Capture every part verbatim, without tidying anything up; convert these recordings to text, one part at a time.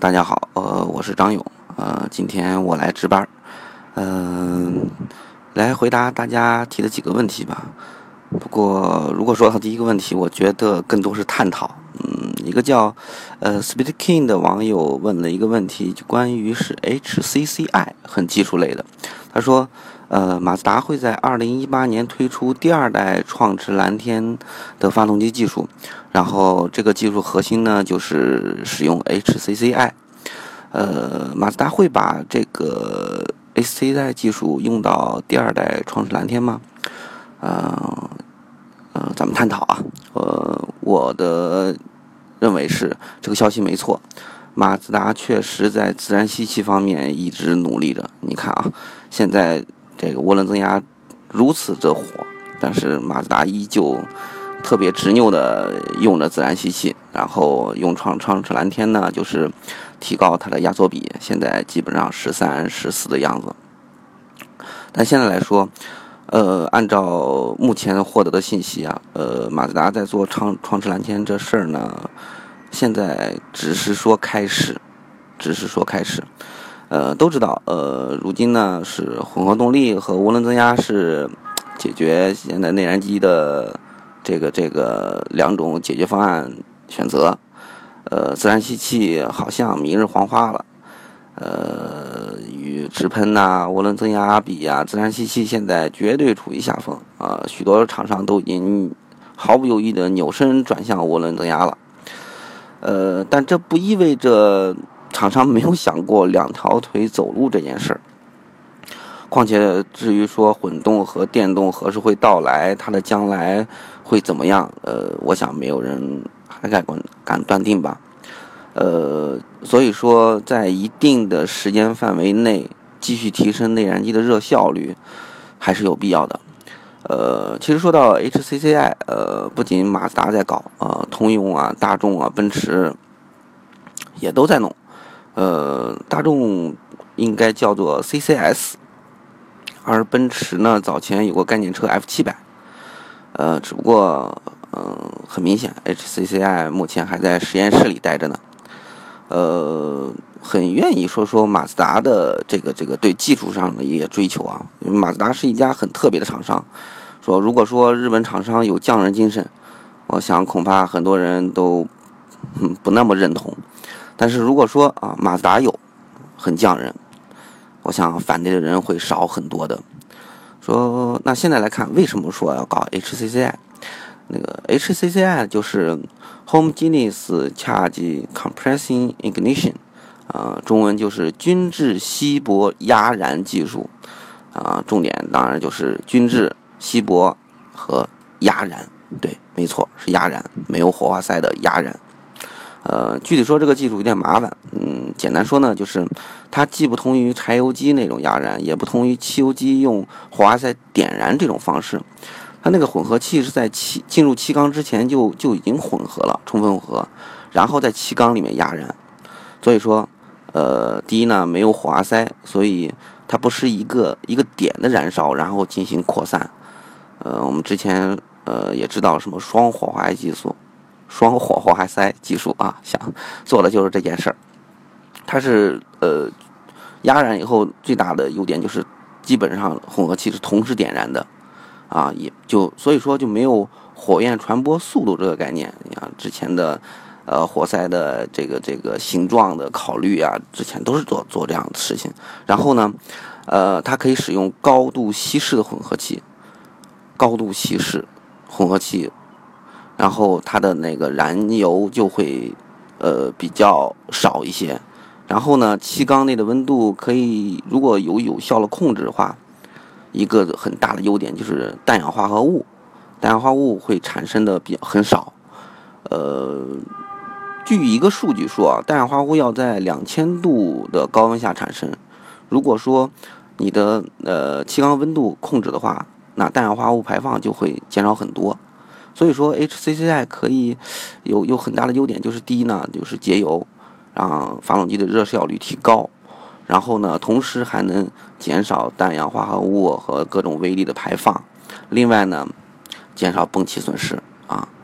大家好，呃，我是张勇，呃，今天我来值班，嗯、呃，来回答大家提的几个问题吧。不过，如果说到第一个问题，我觉得更多是探讨。嗯，一个叫呃 Speed King 的网友问了一个问题，就关于是 H C C I 很技术类的。他说，呃，马自达会在二零一八年推出第二代创驰蓝天的发动机技术，然后这个技术核心呢就是使用 H C C I。呃，马自达会把这个 H C C I 技术用到第二代创驰蓝天吗？呃呃，咱们探讨啊。呃，我的认为是这个消息没错，马自达确实在自然吸气方面一直努力着。你看啊，现在这个涡轮增压如此的火，但是马自达依旧特别执拗的用着自然吸气，然后用创创驰蓝天呢，就是提高它的压缩比，现在基本上十三、十四的样子。但现在来说，呃，按照目前获得的信息啊，呃，马自达在做创创驰蓝天这事儿呢，现在只是说开始，只是说开始。呃，都知道，呃，如今呢是混合动力和涡轮增压是解决现在内燃机的这个这个两种解决方案选择。呃，自然吸气好像明日黄花了。呃，与直喷呐、涡轮增压比啊，自然吸气现在绝对处于下风啊、呃，许多厂商都已经毫不犹豫的扭身转向涡轮增压了。呃，但这不意味着厂商没有想过两条腿走路这件事儿。况且，至于说混动和电动何时会到来，它的将来会怎么样？呃，我想没有人还敢敢断定吧。呃，所以说，在一定的时间范围内继续提升内燃机的热效率，还是有必要的。呃，其实说到 H C C I， 呃，不仅马自达在搞，呃，通用啊、大众啊、奔驰也都在弄。呃，大众应该叫做 C C S， 而奔驰呢，早前有过概念车 F 七百，呃，只不过，嗯、呃，很明显 ，H C C I 目前还在实验室里待着呢。呃，很愿意说说马自达的这个这个对技术上的一些追求啊。因为马自达是一家很特别的厂商。说如果说日本厂商有匠人精神，我想恐怕很多人都嗯不那么认同。但是如果说啊马自达有很匠人，我想反对的人会少很多的。说那现在来看，为什么说要搞 H C C I？ 那个 H C C I 就是 Homogeneous Charge Compressing Ignition， 啊、呃，中文就是均质稀薄压燃技术，啊、呃，重点当然就是均质、稀薄和压燃。对，没错，是压燃，没有火花塞的压燃。呃，具体说这个技术有点麻烦，嗯，简单说呢，就是它既不同于柴油机那种压燃，也不同于汽油机用火花塞点燃这种方式。它那个混合气是在气进入气缸之前就就已经混合了，充分混合，然后在气缸里面压燃。所以说，呃，第一呢，没有火花塞，所以它不是一个一个点的燃烧，然后进行扩散。呃，我们之前呃也知道什么双火花技术。双火火花塞技术啊，想做的就是这件事儿。它是呃压燃以后最大的优点就是基本上混合气是同时点燃的啊，也就所以说就没有火焰传播速度这个概念。你看之前的呃活塞的这个这个形状的考虑啊，之前都是做做这样的事情。然后呢，呃，它可以使用高度稀释的混合气，高度稀释混合气。然后它的那个燃油就会呃比较少一些，然后呢气缸内的温度可以如果有有效的控制的话，一个很大的优点就是氮氧化合物，氮氧化物会产生的比较很少。呃，据一个数据说啊，氮氧化合物要在两千度的高温下产生，如果说你的呃气缸温度控制的话，那氮氧化合物排放就会减少很多。所以说 H C C I 可以有有很大的优点，就是第一呢，就是节油，让发动机的热效率提高，然后呢，同时还能减少氮氧化合物和各种微粒的排放，另外呢，减少泵气损失啊。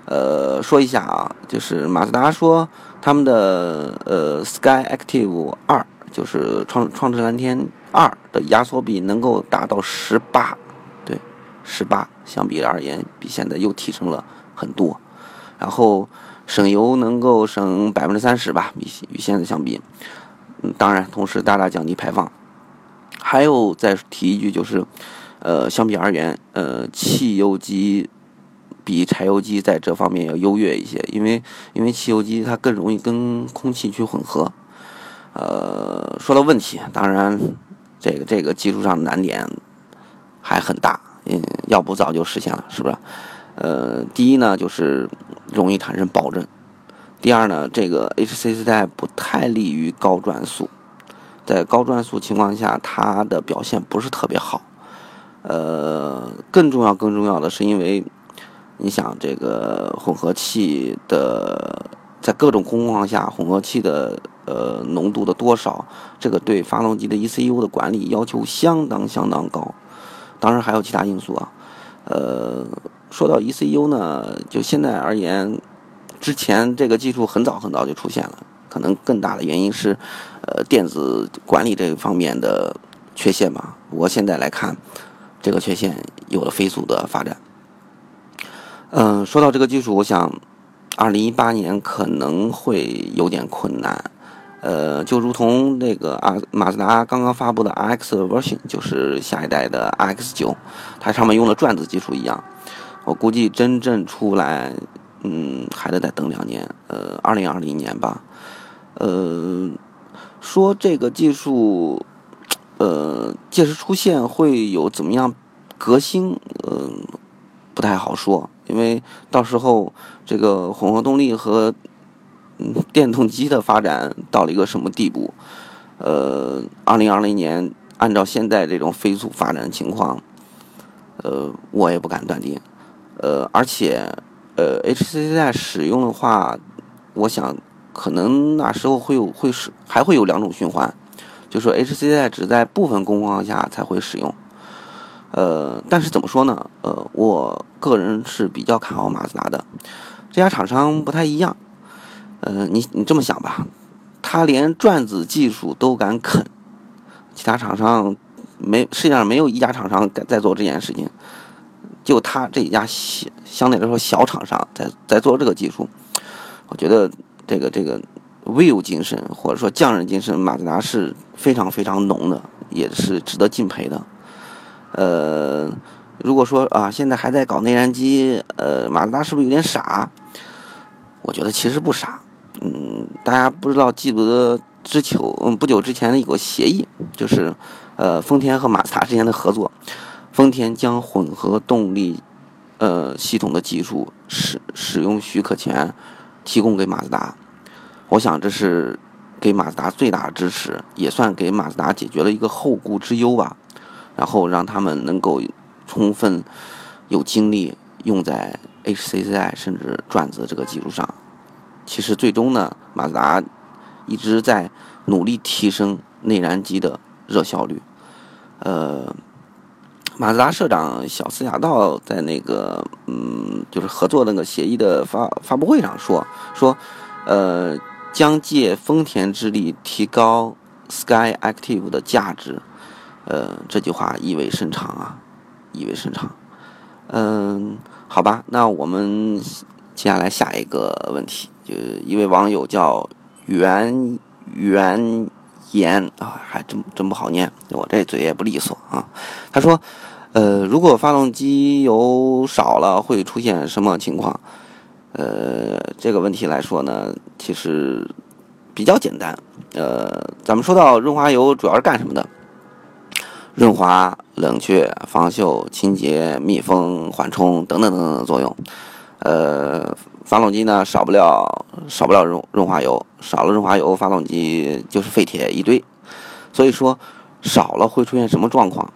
呃，说一下啊，就是马自达说他们的呃 Skyactiv 二，就是创创智蓝天二的压缩比能够达到十八，对，十八，相比而言比现在又提升了很多。然后省油能够省百分之三十吧，比与现在相比。嗯，当然，同时大大降低排放。还有再提一句，就是，呃，相比而言，呃，汽油机比柴油机在这方面要优越一些，因为因为汽油机它更容易跟空气去混合。呃，说到问题，当然，这个这个技术上的难点还很大，嗯，要不早就实现了，是不是？呃，第一呢，就是容易产生爆震；第二呢，这个 H C C I 不太利于高转速，在高转速情况下，它的表现不是特别好。呃，更重要、更重要的是，因为你想这个混合气的，在各种工况下，混合气的呃浓度的多少，这个对发动机的 E C U 的管理要求相当相当高。当然还有其他因素啊，呃。说到 E C U 呢，就现在而言，之前这个技术很早很早就出现了，可能更大的原因是，呃，电子管理这个方面的缺陷吧。不过现在来看，这个缺陷有了飞速的发展。嗯、呃，说到这个技术，我想，二零一八年可能会有点困难。呃，就如同那个啊，马自达刚刚发布的 R X version， 就是下一代的 R X 九，它上面用了转子技术一样。我估计真正出来，嗯，还得再等两年，呃，二零二零年吧。呃，说这个技术，呃，届时出现会有怎么样革新，呃，不太好说，因为到时候这个混合动力和嗯电动机的发展到了一个什么地步？呃，二零二零年按照现在这种飞速发展情况，呃，我也不敢断定。呃，而且，呃 ，H C C I 使用的话，我想可能那时候会有会使还会有两种循环，就说 H C C I 只在部分工况下才会使用。呃，但是怎么说呢？呃，我个人是比较看好马自达的，这家厂商不太一样。呃，你你这么想吧，他连转子技术都敢啃，其他厂商没世界上没有一家厂商敢在做这件事情。就他这一家小相对来说小厂商在在做这个技术，我觉得这个这个 will 精神或者说匠人精神，马自达是非常非常浓的，也是值得敬佩的。呃，如果说啊现在还在搞内燃机，呃，马自达是不是有点傻？我觉得其实不傻。嗯，大家不知道记不得之久，嗯，不久之前的有个协议，就是呃丰田和马自达之间的合作。丰田将混合动力，呃系统的技术使使用许可权提供给马自达，我想这是给马自达最大的支持，也算给马自达解决了一个后顾之忧吧。然后让他们能够充分有精力用在 H C C I 甚至转子这个技术上。其实最终呢，马自达一直在努力提升内燃机的热效率，呃。马自达社长小斯亚道在那个嗯，就是合作那个协议的发发布会上说说，呃，将借丰田之力提高 Skyactiv 的价值，呃，这句话意味深长啊，意味深长。嗯，好吧，那我们接下来下一个问题，就一位网友叫袁袁言啊，还真真不好念，我这嘴也不利索啊。他说，呃，如果发动机油少了，会出现什么情况？呃，这个问题来说呢，其实比较简单。呃，咱们说到润滑油主要是干什么的？润滑、冷却、防锈、清洁、密封、缓冲等等等等的作用。呃，发动机呢少不了少不了润润滑油，少了润滑油，发动机就是废铁一堆。所以说，少了会出现什么状况？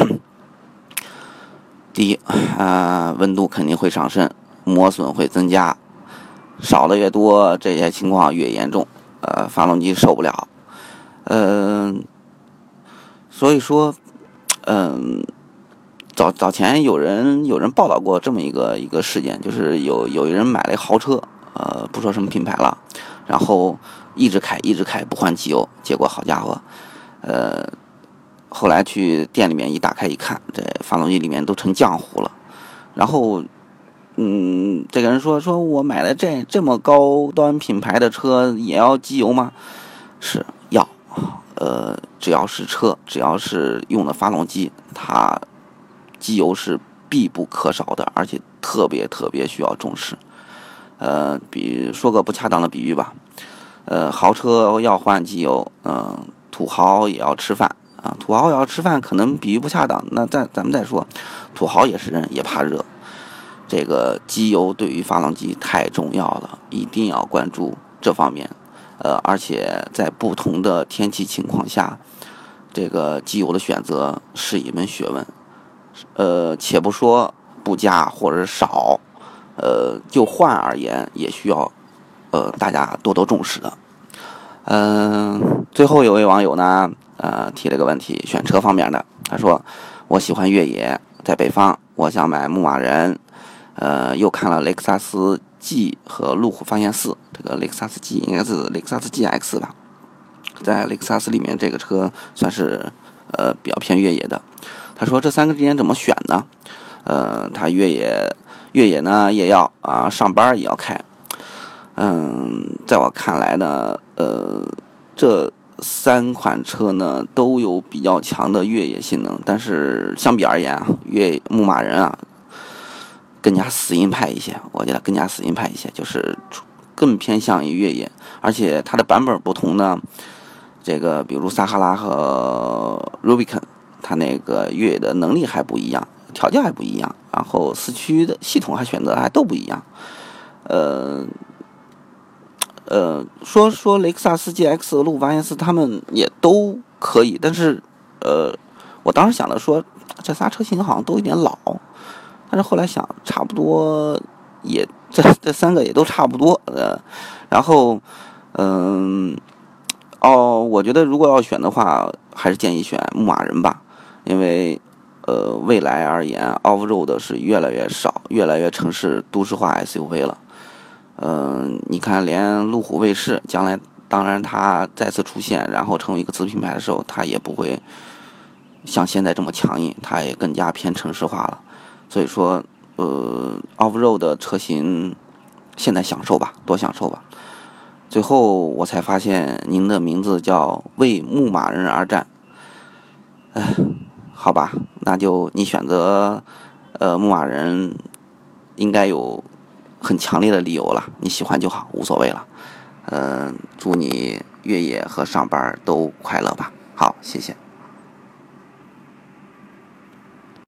第一，啊、呃，温度肯定会上升，磨损会增加，少的越多，这些情况越严重，呃，发动机受不了。嗯、呃，所以说，嗯、呃， 早早前有人有人报道过这么一个一个事件，就是有有人买了一豪车，呃，不说什么品牌了，然后一直开一直开不换机油，结果好家伙，呃，后来去店里面一打开一看，这发动机里面都成浆糊了，然后。嗯，这个人说说我买了这这么高端品牌的车也要机油吗？是要，呃，只要是车，只要是用的发动机，它机油是必不可少的，而且特别特别需要重视。呃，比说个不恰当的比喻吧，呃，豪车要换机油，嗯、呃，土豪也要吃饭啊，土豪也要吃饭，可能比喻不恰当。那再咱们再说，土豪也是人，也怕热。这个机油对于发动机太重要了，一定要关注这方面。呃，而且在不同的天气情况下，这个机油的选择是一门学问。呃，且不说不加或者少，呃，就换而言，也需要呃大家多多重视的。嗯、呃，最后有位网友呢，呃，提了个问题，选车方面的，他说：“我喜欢越野，在北方，我想买牧马人。”呃，又看了雷克萨斯 G 和路虎发现四，这个雷克萨斯 G 应该是雷克萨斯 G X 吧，在雷克萨斯里面，这个车算是呃比较偏越野的。他说这三个之间怎么选呢？呃，他越野越野呢也要啊，上班也要开。嗯，在我看来呢，呃，这三款车呢都有比较强的越野性能，但是相比而言啊，越牧马人啊。更加死硬派一些，我觉得更加死硬派一些，就是更偏向于越野，而且它的版本不同呢。这个比如撒哈拉和 Rubicon， 它那个越野的能力还不一样，条件还不一样，然后四驱的系统还选择还都不一样。呃呃，说说雷克萨斯 G X 和路虎发现四，他们也都可以，但是呃，我当时想的说，这仨车型好像都有点老。但是后来想，差不多也这这三个也都差不多，呃，然后，嗯，哦，我觉得如果要选的话，还是建议选牧马人吧，因为，呃，未来而言 ，off road 是越来越少，越来越城市都市化 S U V 了，嗯，你看，连路虎卫士将来，当然它再次出现，然后成为一个子品牌的时候，它也不会像现在这么强硬，它也更加偏城市化了。所以说，呃 ，off road 的车型，现在享受吧，多享受吧。最后我才发现，您的名字叫为牧马人而战。哎，好吧，那就你选择，呃，牧马人，应该有很强烈的理由了。你喜欢就好，无所谓了。嗯、呃，祝你越野和上班都快乐吧。好，谢谢。